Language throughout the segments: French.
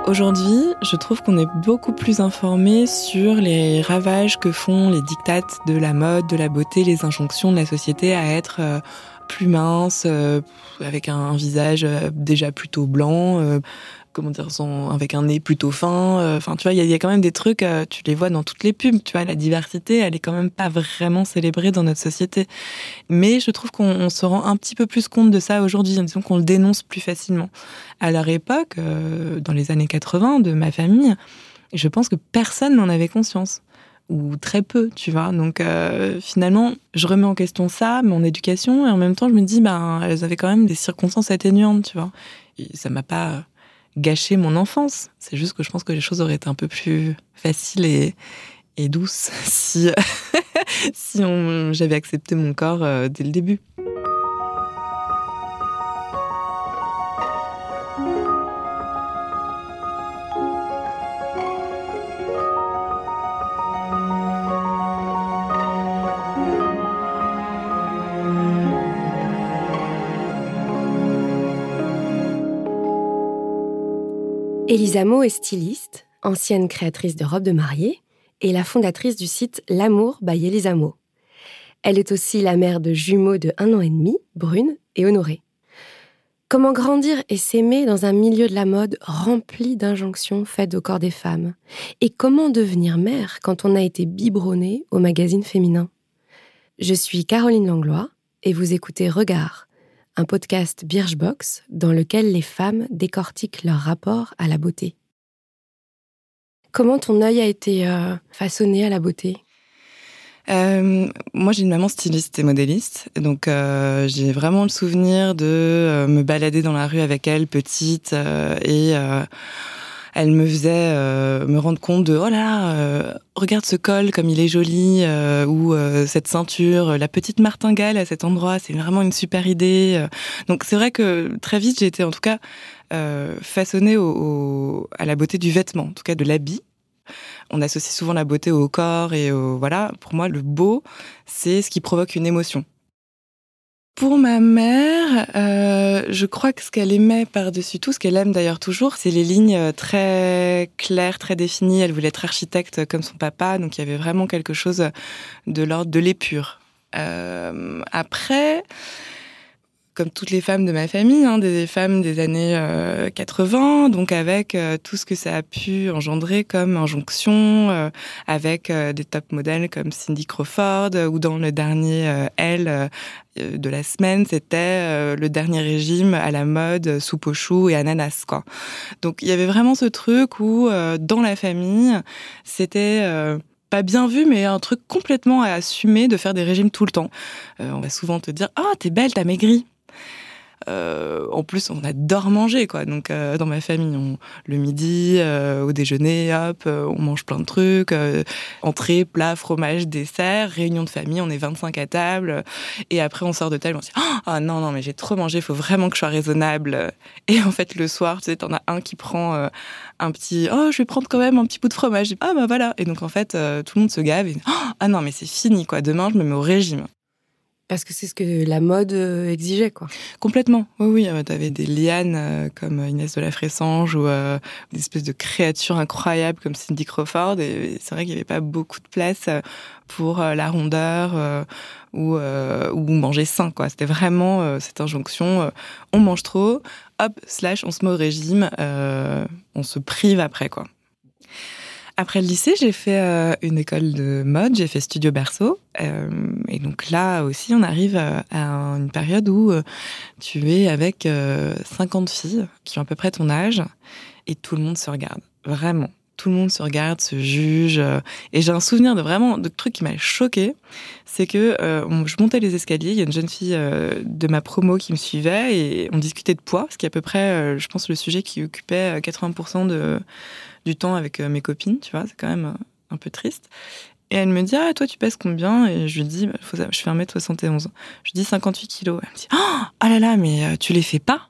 Aujourd'hui, je trouve qu'on est beaucoup plus informé sur les ravages que font les diktats de la mode, de la beauté, les injonctions de la société à être plus mince, avec un visage déjà plutôt blanc, avec un nez plutôt fin. Enfin, tu vois, il y a quand même des trucs, tu les vois dans toutes les pubs, tu vois, la diversité, elle est quand même pas vraiment célébrée dans notre société. Mais je trouve qu'on se rend un petit peu plus compte de ça aujourd'hui, disons qu'on le dénonce plus facilement. À leur époque, dans les années 80, de ma famille, je pense que personne n'en avait conscience. Ou très peu, tu vois. Donc finalement, je remets en question ça, mon éducation, et en même temps, je me dis, elles avaient quand même des circonstances atténuantes, tu vois. Et ça m'a pas gâché mon enfance. C'est juste que je pense que les choses auraient été un peu plus faciles et douces si, j'avais accepté mon corps dès le début. Elisa Mo est styliste, ancienne créatrice de robes de mariée et la fondatrice du site L'amour by Elisa Mo. Elle est aussi la mère de jumeaux de 1 an et demi, Brune et Honoré. Comment grandir et s'aimer dans un milieu de la mode rempli d'injonctions faites au corps des femmes ? Et comment devenir mère quand on a été biberonnée au magazine féminin ? Je suis Caroline Langlois et vous écoutez Regard, un podcast Birchbox dans lequel les femmes décortiquent leur rapport à la beauté. Comment ton œil a été façonné à la beauté ? Moi, j'ai une maman styliste et modéliste, donc j'ai vraiment le souvenir de me balader dans la rue avec elle, petite, et elle me faisait me rendre compte de « Oh là, regarde ce col, comme il est joli », ou cette ceinture, la petite martingale à cet endroit, c'est vraiment une super idée. Donc c'est vrai que très vite, j'ai été en tout cas façonnée à la beauté du vêtement, en tout cas de l'habit. On associe souvent la beauté au corps et voilà. Pour moi, le beau, c'est ce qui provoque une émotion. Pour ma mère, je crois que ce qu'elle aimait par-dessus tout, ce qu'elle aime d'ailleurs toujours, c'est les lignes très claires, très définies. Elle voulait être architecte comme son papa, donc il y avait vraiment quelque chose de l'ordre de l'épure. Après, comme toutes les femmes de ma famille, des femmes des années 80, donc avec tout ce que ça a pu engendrer comme injonction, avec des top modèles comme Cindy Crawford, ou dans le dernier Elle de la semaine, c'était le dernier régime à la mode, soupe aux choux et ananas, quoi. Donc il y avait vraiment ce truc où, dans la famille, c'était pas bien vu, mais un truc complètement à assumer de faire des régimes tout le temps. On va souvent te dire « Ah, t'es belle, t'as maigri ». En plus, on adore manger, quoi. Donc, dans ma famille, le midi, au déjeuner, hop, on mange plein de trucs. Entrée, plat, fromage, dessert, réunion de famille, on est 25 à table. Et après, on sort de table, on se dit « Ah non, mais j'ai trop mangé, il faut vraiment que je sois raisonnable. » Et en fait, le soir, tu sais, t'en as un qui prend un petit « Oh, je vais prendre quand même un petit bout de fromage. » Ah bah voilà. Et donc, en fait, tout le monde se gave. Et « Ah non, mais c'est fini, quoi. Demain, je me mets au régime. » Parce que c'est ce que la mode exigeait, quoi. Complètement, oui. T'avais des lianes comme Inès de la Fressange ou des espèces de créatures incroyables comme Cindy Crawford. Et c'est vrai qu'il n'y avait pas beaucoup de place pour la rondeur ou manger sain, quoi. C'était vraiment cette injonction, on mange trop, hop, on se met au régime, on se prive après, quoi. Après le lycée, j'ai fait une école de mode, j'ai fait Studio Berceau. Et donc là aussi, on arrive à une période où tu es avec 50 filles qui ont à peu près ton âge et tout le monde se regarde, vraiment. Tout le monde se regarde, se juge. Et j'ai un souvenir de trucs qui m'a choquée. C'est que je montais les escaliers, il y a une jeune fille de ma promo qui me suivait et on discutait de poids, ce qui est à peu près, je pense, le sujet qui occupait 80% du temps avec mes copines, tu vois, c'est quand même un peu triste. Et elle me dit « Ah, toi, tu pèses combien ?» Et je lui dis « Je fais 1m71. » Je lui dis « 58 kilos. » Elle me dit « Ah là là, mais tu les fais pas ?»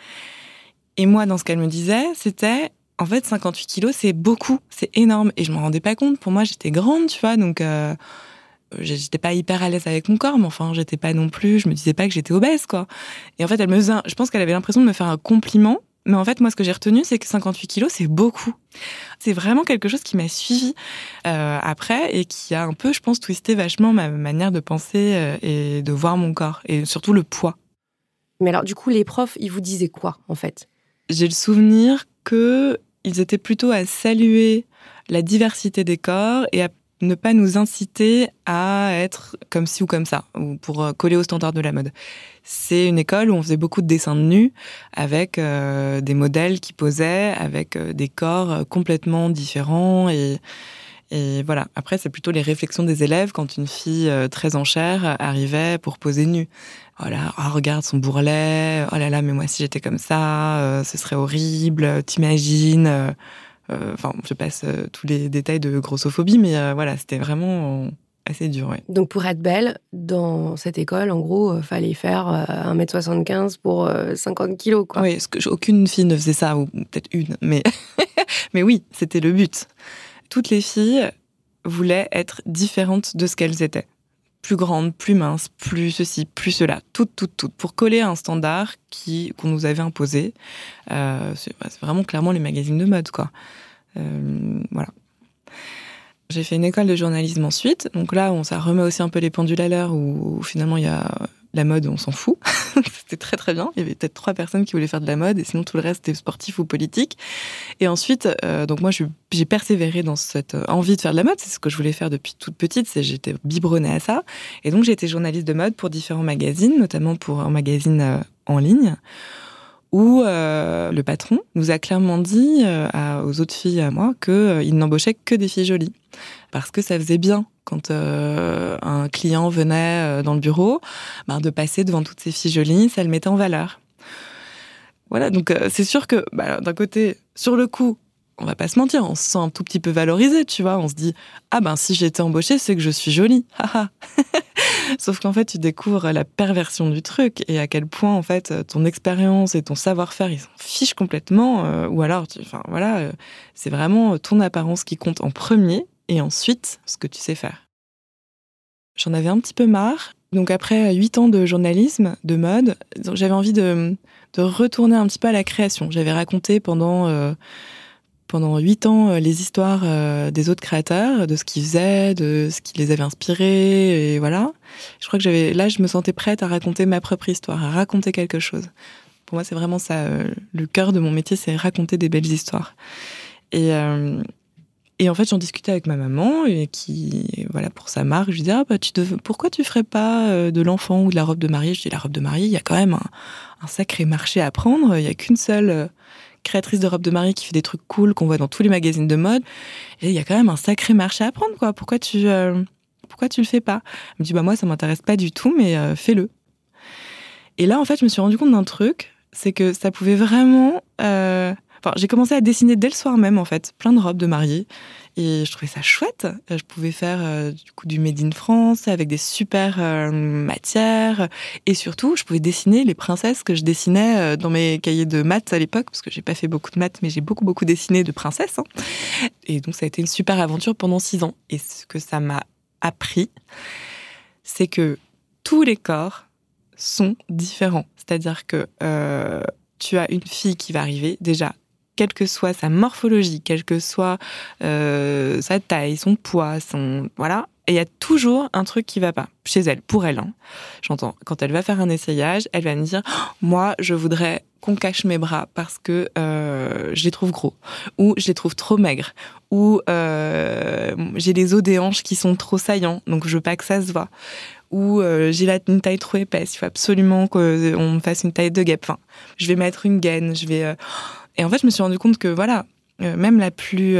Et moi, dans ce qu'elle me disait, c'était... En fait, 58 kilos, c'est beaucoup, c'est énorme. Et je m'en rendais pas compte. Pour moi, j'étais grande, tu vois, donc j'étais pas hyper à l'aise avec mon corps, mais enfin, j'étais pas non plus, je me disais pas que j'étais obèse, quoi. Et en fait, je pense qu'elle avait l'impression de me faire un compliment, Mais en fait, moi, ce que j'ai retenu, c'est que 58 kilos, c'est beaucoup. C'est vraiment quelque chose qui m'a suivi après et qui a un peu, je pense, twisté vachement ma manière de penser et de voir mon corps. Et surtout le poids. Mais alors, du coup, les profs, ils vous disaient quoi, en fait ? J'ai le souvenir qu'ils étaient plutôt à saluer la diversité des corps et à ne pas nous inciter à être comme ci ou comme ça, ou pour coller aux standards de la mode. C'est une école où on faisait beaucoup de dessins de nus, avec des modèles qui posaient, avec des corps complètement différents. Et voilà. Après, c'est plutôt les réflexions des élèves quand une fille très en chair arrivait pour poser nue. Oh là, oh, regarde son bourrelet, oh là là, mais moi si j'étais comme ça, ce serait horrible, t'imagines. Enfin, je passe tous les détails de grossophobie, mais voilà, c'était vraiment assez dur, ouais. Donc, pour être belle, dans cette école, en gros, fallait faire 1m75 pour 50 kilos, quoi. Oui, aucune fille ne faisait ça, ou peut-être une, mais, mais oui, c'était le but. Toutes les filles voulaient être différentes de ce qu'elles étaient. Plus grandes, plus minces, plus ceci, plus cela. Toutes, pour coller à un standard qu'on nous avait imposé. C'est vraiment clairement les magazines de mode, quoi. Voilà. J'ai fait une école de journalisme ensuite. Donc là, ça remet aussi un peu les pendules à l'heure, où finalement, il y a la mode, on s'en fout. C'était très, très bien. Il y avait peut-être 3 personnes qui voulaient faire de la mode, et sinon, tout le reste était sportif ou politique. Et ensuite, donc moi, j'ai persévéré dans cette envie de faire de la mode. C'est ce que je voulais faire depuis toute petite. J'étais biberonnée à ça. Et donc, j'ai été journaliste de mode pour différents magazines, notamment pour un magazine en ligne, où le patron nous a clairement dit aux autres filles et à moi qu'il n'embauchait que des filles jolies. Parce que ça faisait bien, quand un client venait dans le bureau, de passer devant toutes ces filles jolies, ça le mettait en valeur. Voilà, donc c'est sûr que d'un côté, sur le coup, on va pas se mentir, on se sent un tout petit peu valorisé, tu vois. On se dit, si j'ai été embauchée, c'est que je suis jolie. Sauf qu'en fait, tu découvres la perversion du truc et à quel point, en fait, ton expérience et ton savoir-faire, ils s'en fichent complètement. Ou alors, c'est vraiment ton apparence qui compte en premier et ensuite, ce que tu sais faire. J'en avais un petit peu marre. Donc après 8 ans de journalisme, de mode, j'avais envie de retourner un petit peu à la création. J'avais raconté pendant 8 ans les histoires des autres créateurs, de ce qu'ils faisaient, de ce qui les avait inspirés, et voilà. Je crois que je me sentais prête à raconter ma propre histoire, à raconter quelque chose. Pour moi, c'est vraiment ça, le cœur de mon métier, c'est raconter des belles histoires. Et en fait, j'en discutais avec ma maman, et qui, voilà, pour sa marque, je lui disais, pourquoi tu ferais pas de l'enfant ou de la robe de mariée ? Je dis, la robe de mariée, il y a quand même un sacré marché à prendre, il y a qu'une seule créatrice de robe de mariée qui fait des trucs cool qu'on voit dans tous les magazines de mode. Et il y a quand même un sacré marché à prendre, quoi. Pourquoi tu le fais pas ? Elle me dit, moi, ça m'intéresse pas du tout, mais fais-le. Et là, en fait, je me suis rendu compte d'un truc, c'est que ça pouvait vraiment... j'ai commencé à dessiner dès le soir même, en fait, plein de robes de mariée. Et je trouvais ça chouette. Je pouvais faire du Made in France avec des super matières. Et surtout, je pouvais dessiner les princesses que je dessinais dans mes cahiers de maths à l'époque, parce que j'ai pas fait beaucoup de maths, mais j'ai beaucoup, beaucoup dessiné de princesses. Et donc, ça a été une super aventure pendant 6 ans. Et ce que ça m'a appris, c'est que tous les corps sont différents. C'est-à-dire que tu as une fille qui va arriver, déjà, quelle que soit sa morphologie, quelle que soit sa taille, son poids, voilà. Et il y a toujours un truc qui va pas chez elle, pour elle. J'entends, quand elle va faire un essayage, elle va me dire « Moi, je voudrais qu'on cache mes bras parce que je les trouve gros, ou je les trouve trop maigres, ou j'ai les os des hanches qui sont trop saillants, donc je veux pas que ça se voit. » Ou j'ai une taille trop épaisse, il faut absolument qu'on me fasse une taille de guêpe. Enfin, je vais mettre une gaine, Et en fait, je me suis rendu compte que, voilà, même la plus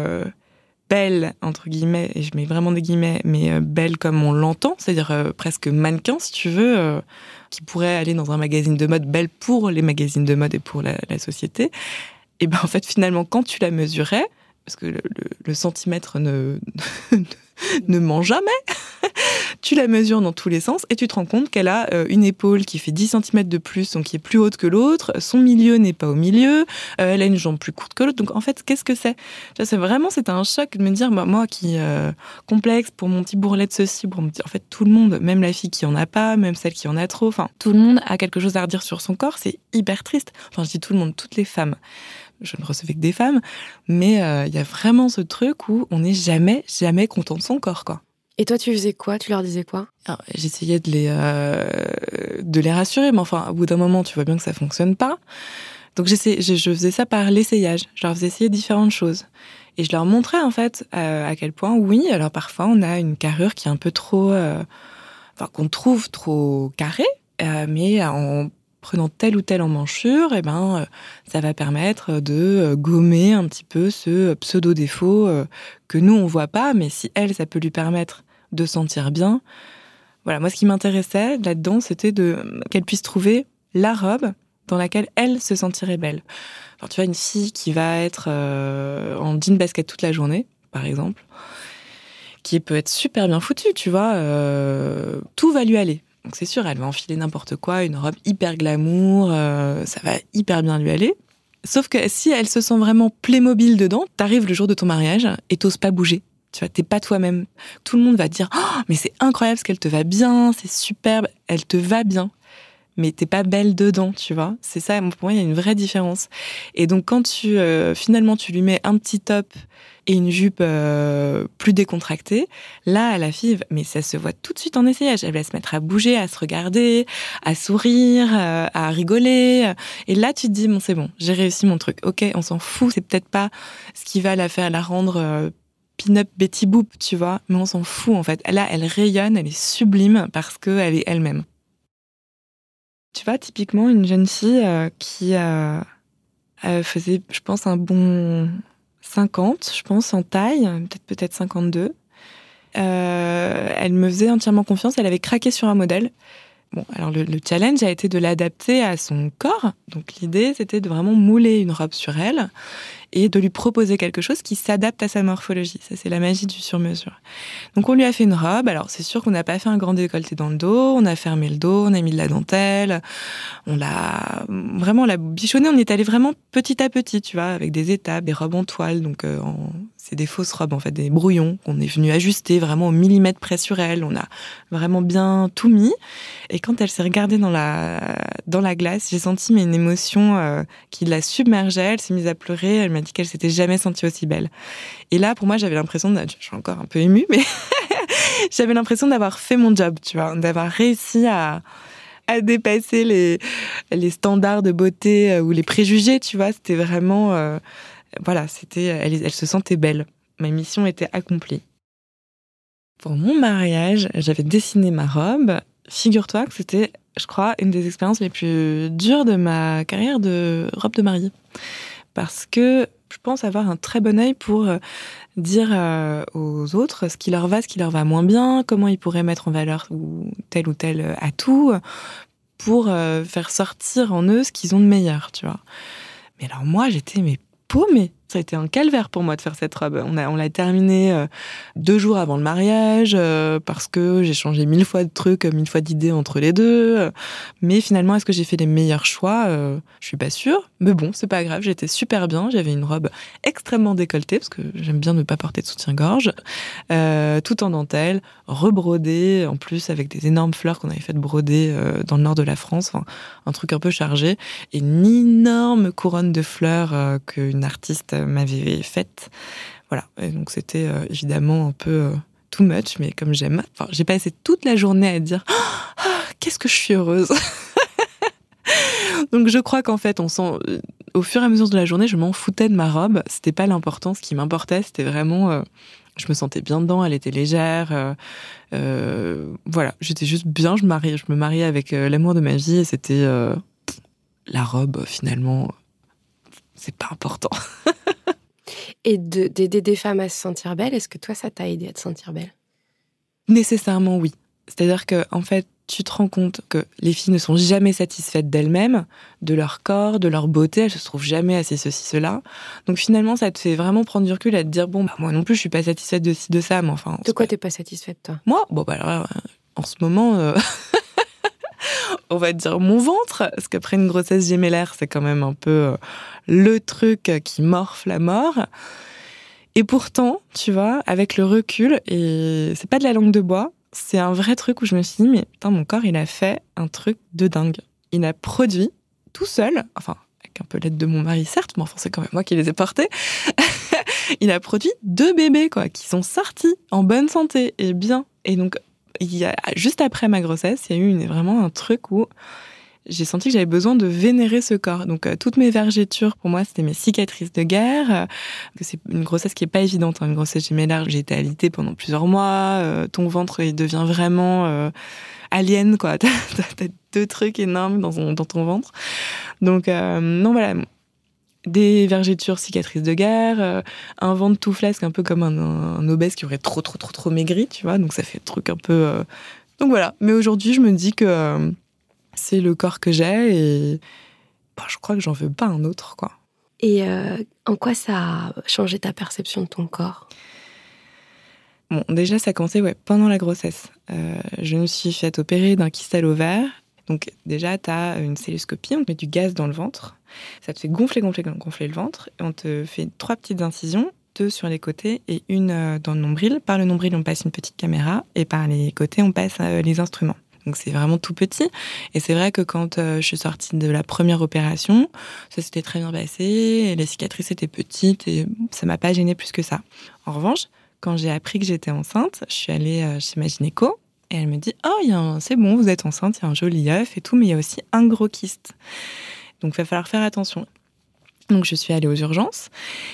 belle, entre guillemets, et je mets vraiment des guillemets, mais belle comme on l'entend, c'est-à-dire presque mannequin, si tu veux, qui pourrait aller dans un magazine de mode, belle pour les magazines de mode et pour la société, et en fait, finalement, quand tu la mesurais, parce que le centimètre ne ment jamais. Tu la mesures dans tous les sens et tu te rends compte qu'elle a une épaule qui fait 10 centimètres de plus, donc qui est plus haute que l'autre. Son milieu n'est pas au milieu. Elle a une jambe plus courte que l'autre. Donc en fait, qu'est-ce que c'est ? C'était un choc de me dire, moi qui complexe pour mon petit bourrelet de ceci, en fait tout le monde, même la fille qui en a pas, même celle qui en a trop, enfin tout le monde a quelque chose à redire sur son corps. C'est hyper triste. Enfin je dis tout le monde, toutes les femmes. Je ne recevais que des femmes, mais il y a vraiment ce truc où on n'est jamais content de son corps, quoi. Et toi, tu faisais quoi ? Tu leur disais quoi ? Alors, j'essayais de les rassurer, mais enfin, au bout d'un moment, tu vois bien que ça fonctionne pas. Donc, je faisais ça par l'essayage. Je leur faisais essayer différentes choses. Et je leur montrais, en fait, à quel point, oui, alors parfois, on a une carrure qui est un peu trop... qu'on trouve trop carrée, mais en prenant telle ou telle emmanchure, ça va permettre de gommer un petit peu ce pseudo-défaut que nous, on voit pas, mais si elle, ça peut lui permettre de sentir bien. Voilà, moi, ce qui m'intéressait là-dedans, c'était qu'elle puisse trouver la robe dans laquelle elle se sentirait belle. Alors, tu vois, une fille qui va être en jean basket toute la journée, par exemple, qui peut être super bien foutue, tu vois, tout va lui aller. Donc c'est sûr, elle va enfiler n'importe quoi, une robe hyper glamour, ça va hyper bien lui aller. Sauf que si elle se sent vraiment Playmobil dedans, t'arrives le jour de ton mariage et t'oses pas bouger. Tu vois, t'es pas toi-même. Tout le monde va te dire « Oh, mais c'est incroyable ce qu'elle te va bien, c'est superbe, elle te va bien. » Mais t'es pas belle dedans, tu vois. C'est ça, pour moi, il y a une vraie différence. Et donc, quand finalement, tu lui mets un petit top et une jupe plus décontractée, là, la fille, mais ça se voit tout de suite en essayage. Elle va se mettre à bouger, à se regarder, à sourire, à rigoler. Et là, tu te dis, bon, c'est bon, j'ai réussi mon truc. Ok, on s'en fout, c'est peut-être pas ce qui va la rendre pin-up Betty Boop, tu vois, mais on s'en fout, en fait. Là, elle rayonne, elle est sublime parce qu'elle est elle-même. Tu vois, typiquement, une jeune fille qui faisait, je pense, un bon 50, je pense, en taille, peut-être 52. Elle me faisait entièrement confiance, elle avait craqué sur un modèle. Bon, alors le challenge a été de l'adapter à son corps. Donc l'idée, c'était de vraiment mouler une robe sur elle et de lui proposer quelque chose qui s'adapte à sa morphologie. Ça, c'est la magie du sur-mesure. Donc on lui a fait une robe. Alors c'est sûr qu'on n'a pas fait un grand décolleté dans le dos, on a fermé le dos, on a mis de la dentelle, on l'a bichonné, on est allé vraiment petit à petit, tu vois, avec des étapes, des robes en toile, donc c'est des fausses robes, en fait, des brouillons qu'on est venu ajuster vraiment au millimètre près sur elle. On a vraiment bien tout mis. Et quand elle s'est regardée dans la glace, j'ai senti une émotion qui la submergeait. Elle s'est mise à pleurer. Elle m'a dit qu'elle s'était jamais sentie aussi belle. Et là, pour moi, j'avais l'impression, je suis encore un peu émue, mais j'avais l'impression d'avoir fait mon job, tu vois, d'avoir réussi à dépasser les standards de beauté ou les préjugés, tu vois. C'était vraiment... elle se sentait belle. Ma mission était accomplie. Pour mon mariage, j'avais dessiné ma robe. Figure-toi que c'était, je crois, une des expériences les plus dures de ma carrière de robe de mariée. Parce que je pense avoir un très bon œil pour dire aux autres ce qui leur va moins bien, comment ils pourraient mettre en valeur ou tel atout pour faire sortir en eux ce qu'ils ont de meilleur, tu vois. Mais alors moi, j'étais paumée. Ça a été un calvaire pour moi de faire cette robe. On l'a terminée 2 jours avant le mariage parce que j'ai changé 1000 fois de trucs, 1000 fois d'idées entre les deux. Mais finalement, est-ce que j'ai fait les meilleurs choix ? Je suis pas sûre. Mais bon, c'est pas grave. J'étais super bien. J'avais une robe extrêmement décolletée parce que j'aime bien ne pas porter de soutien-gorge, tout en dentelle, rebrodée, en plus avec des énormes fleurs qu'on avait fait broder dans le nord de la France. Enfin, un truc un peu chargé. Et une énorme couronne de fleurs qu'une artiste m'avait faite. Voilà. Et donc c'était évidemment un peu too much, mais comme j'aime. Enfin, j'ai passé toute la journée à dire qu'est-ce que je suis heureuse. Donc je crois qu'en fait, au fur et à mesure de la journée, je m'en foutais de ma robe. C'était pas l'important. Ce qui m'importait, c'était vraiment je me sentais bien dedans, elle était légère. Voilà, j'étais juste bien. Je me mariais avec l'amour de ma vie et c'était la robe finalement. C'est pas important. Et d'aider des femmes à se sentir belles, est-ce que toi, ça t'a aidé à te sentir belle ? Nécessairement, oui. C'est-à-dire que, en fait, tu te rends compte que les filles ne sont jamais satisfaites d'elles-mêmes, de leur corps, de leur beauté, elles se trouvent jamais assez ceci, cela. Donc finalement, ça te fait vraiment prendre du recul et te dire, bon, bah, moi non plus, je suis pas satisfaite de ci, de ça, mais enfin... De quoi t'es pas satisfaite, toi ? Moi, bon, bah alors, en ce moment, on va dire mon ventre, parce qu'après une grossesse gémellaire, c'est quand même un peu le truc qui morfle à mort. Et pourtant, tu vois, avec le recul, et c'est pas de la langue de bois, c'est un vrai truc où je me suis dit, mais putain, mon corps, il a fait un truc de dingue. Il a produit tout seul, enfin, avec un peu l'aide de mon mari, certes, mais enfin, c'est quand même moi qui les ai portés. Il a produit 2 bébés, quoi, qui sont sortis en bonne santé et bien. Et donc, juste après ma grossesse, il y a eu vraiment un truc où j'ai senti que j'avais besoin de vénérer ce corps. Donc, toutes mes vergetures, pour moi, c'était mes cicatrices de guerre. Que c'est une grossesse qui est pas évidente, hein, une grossesse gémellaire. J'ai été alitée pendant plusieurs mois. Ton ventre, il devient vraiment alien, quoi. T'as 2 trucs énormes dans ton ventre. Donc, non, voilà. Des vergetures, cicatrices de guerre, un ventre tout flasque, un peu comme un obèse qui aurait trop maigri, tu vois. Donc, ça fait le truc un peu... Donc, voilà. Mais aujourd'hui, je me dis que... c'est le corps que j'ai et je crois que j'en veux pas un autre, quoi. Et en quoi ça a changé ta perception de ton corps ? Bon, déjà, ça a commencé pendant la grossesse. Je me suis fait opérer d'un kyste à l'ovaire. Donc déjà, t'as une cœlioscopie, on te met du gaz dans le ventre. Ça te fait gonfler le ventre. Et on te fait 3 petites incisions, 2 sur les côtés et une dans le nombril. Par le nombril, on passe une petite caméra et par les côtés, on passe les instruments. Donc c'est vraiment tout petit. Et c'est vrai que quand je suis sortie de la première opération, ça s'était très bien passé, et les cicatrices étaient petites et ça m'a pas gênée plus que ça. En revanche, quand j'ai appris que j'étais enceinte, je suis allée chez ma gynéco et elle me dit « Oh, c'est bon, vous êtes enceinte, il y a un joli œuf et tout, mais il y a aussi un gros kyste. Donc il va falloir faire attention. » Donc je suis allée aux urgences.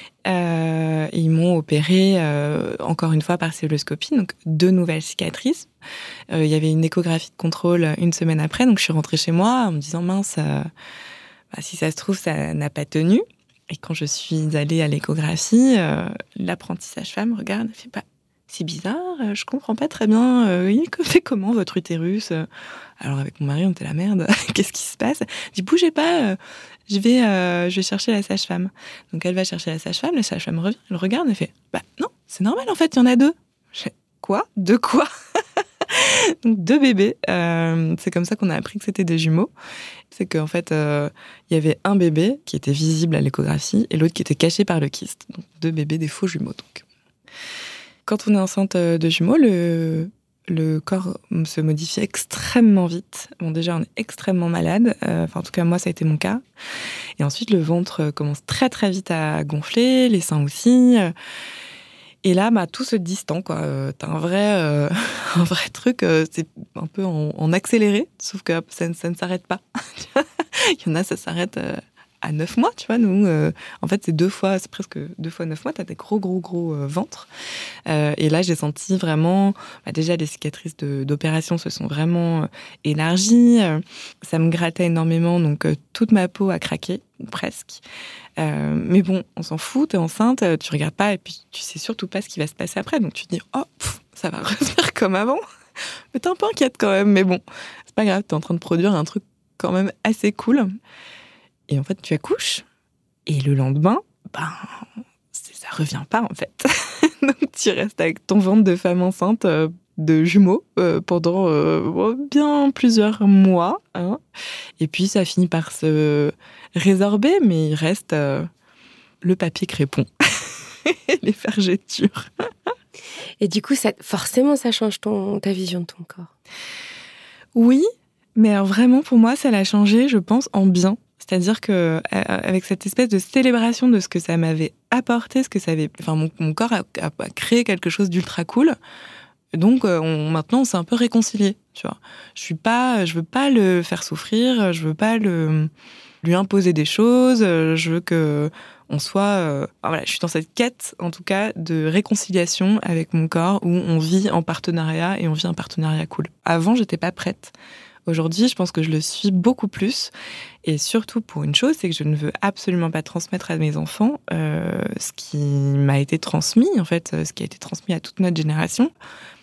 Ils m'ont opéré encore une fois par cœlioscopie, donc 2 nouvelles cicatrices. Il y avait une échographie de contrôle une semaine après, donc je suis rentrée chez moi en me disant mince, si ça se trouve ça n'a pas tenu. Et quand je suis allée à l'échographie, l'apprentie sage-femme regarde, elle fait pas. C'est bizarre, je comprends pas très bien. Il fait comment votre utérus ? Alors avec mon mari, on était la merde. Qu'est-ce qui se passe ? Je dis bougez pas, je vais chercher la sage-femme. Donc elle va chercher la sage-femme revient, elle regarde, elle fait bah non, c'est normal en fait, il y en a 2. Je fais quoi ? De quoi ? Donc 2 bébés. C'est comme ça qu'on a appris que c'était des jumeaux. C'est qu'en fait, il y avait un bébé qui était visible à l'échographie et l'autre qui était caché par le kyste. Donc 2 bébés, des faux jumeaux. Donc. Quand on est enceinte de jumeaux, le corps se modifie extrêmement vite. Bon, déjà, on est extrêmement malade. En tout cas, moi, ça a été mon cas. Et ensuite, le ventre commence très, très vite à gonfler, les seins aussi. Et là, tout se distend, quoi. T'as un vrai truc, c'est un peu en accéléré, sauf que ça ne s'arrête pas. Il y en a, ça s'arrête à 9 mois, tu vois. Nous, en fait, c'est presque 2 fois 9 mois, t'as des gros ventres. Et là, j'ai senti vraiment, déjà, les cicatrices d'opération se sont vraiment élargies. Ça me grattait énormément, donc toute ma peau a craqué, presque. Mais bon, on s'en fout, t'es enceinte, tu regardes pas et puis tu sais surtout pas ce qui va se passer après. Donc tu te dis, ça va revenir comme avant. Mais t'es un peu inquiète quand même. Mais bon, c'est pas grave, t'es en train de produire un truc quand même assez cool. Et en fait, tu accouches. Et le lendemain, ça revient pas en fait. Donc tu restes avec ton ventre de femme enceinte de jumeaux pendant bien plusieurs mois. Hein. Et puis ça finit par se résorber, mais il reste le papier crépon, les vergetures. Et du coup, forcément, ça change ta vision de ton corps. Oui, mais alors vraiment pour moi, ça l'a changé, je pense, en bien. C'est-à-dire que avec cette espèce de célébration de ce que ça m'avait apporté, mon corps a créé quelque chose d'ultra cool. Donc maintenant, on s'est un peu réconciliés, tu vois. Je veux pas le faire souffrir, je veux pas lui imposer des choses, je veux que on soit... je suis dans cette quête, en tout cas, de réconciliation avec mon corps, où on vit en partenariat, et on vit un partenariat cool. Avant, j'étais pas prête. Aujourd'hui, je pense que je le suis beaucoup plus. Et surtout pour une chose, c'est que je ne veux absolument pas transmettre à mes enfants ce qui m'a été transmis, en fait, ce qui a été transmis à toute notre génération.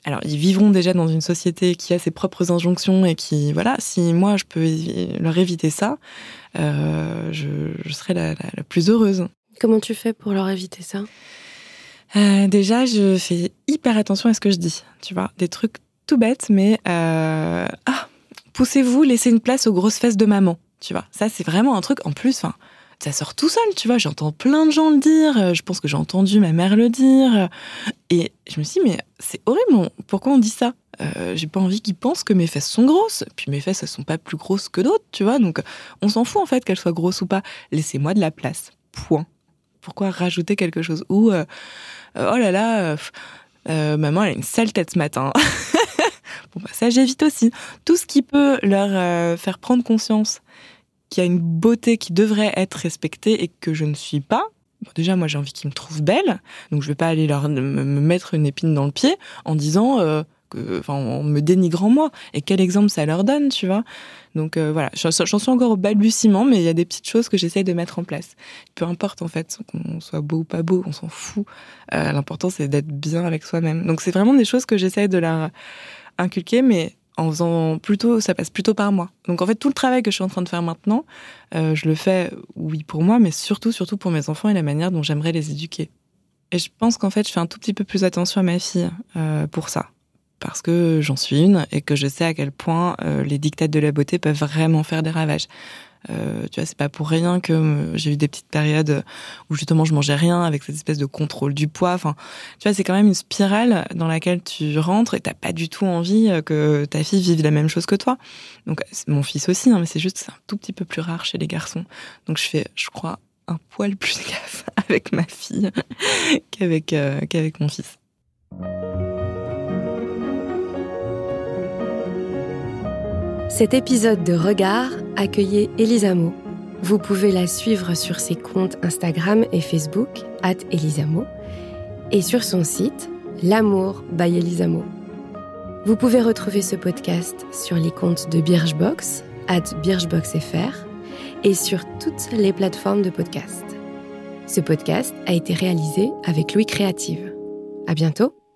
Alors, ils vivront déjà dans une société qui a ses propres injonctions et qui, voilà, si moi je peux leur éviter ça, je serai la plus heureuse. Comment tu fais pour leur éviter ça ? Déjà, je fais hyper attention à ce que je dis, tu vois, des trucs tout bêtes, mais poussez-vous, laissez une place aux grosses fesses de maman, tu vois. Ça, c'est vraiment un truc, en plus, ça sort tout seul, tu vois. J'entends plein de gens le dire, je pense que j'ai entendu ma mère le dire, et je me suis dit, mais c'est horrible, pourquoi on dit ça ? J'ai pas envie qu'ils pensent que mes fesses sont grosses, puis mes fesses, elles sont pas plus grosses que d'autres, tu vois, donc on s'en fout, en fait, qu'elles soient grosses ou pas. Laissez-moi de la place, point. Pourquoi rajouter quelque chose ? Ou, oh là là, maman, elle a une sale tête ce matin. Bon, bah, ça, j'évite aussi. Tout ce qui peut leur faire prendre conscience qu'il y a une beauté qui devrait être respectée et que je ne suis pas. Bon, déjà, moi, j'ai envie qu'ils me trouvent belle, donc je vais pas aller me mettre une épine dans le pied en disant, en me dénigrant moi. Et quel exemple ça leur donne, tu vois ? Donc voilà, j'en suis encore au balbutiement, mais il y a des petites choses que j'essaie de mettre en place. Peu importe, en fait, qu'on soit beau ou pas beau, on s'en fout. L'important, c'est d'être bien avec soi-même. Donc c'est vraiment des choses que j'essaie de leur inculquer, mais en faisant ça passe plutôt par moi. Donc en fait, tout le travail que je suis en train de faire maintenant, je le fais, oui, pour moi, mais surtout pour mes enfants et la manière dont j'aimerais les éduquer. Et je pense qu'en fait, je fais un tout petit peu plus attention à ma fille pour ça. Parce que j'en suis une et que je sais à quel point les dictats de la beauté peuvent vraiment faire des ravages. Tu vois, c'est pas pour rien que j'ai eu des petites périodes où justement je mangeais rien avec cette espèce de contrôle du poids. Enfin, tu vois, c'est quand même une spirale dans laquelle tu rentres et t'as pas du tout envie que ta fille vive la même chose que toi. Donc, mon fils aussi, hein, mais c'est juste, c'est un tout petit peu plus rare chez les garçons. Donc, je fais, je crois, un poil plus gaffe avec ma fille qu'avec mon fils. Cet épisode de Regard accueillait Elisa Mo. Vous pouvez la suivre sur ses comptes Instagram et Facebook @ElisaMo et sur son site L'amour by Elisa Mo. Vous pouvez retrouver ce podcast sur les comptes de Birchbox @BirchboxFR et sur toutes les plateformes de podcast. Ce podcast a été réalisé avec Louis Créative. À bientôt.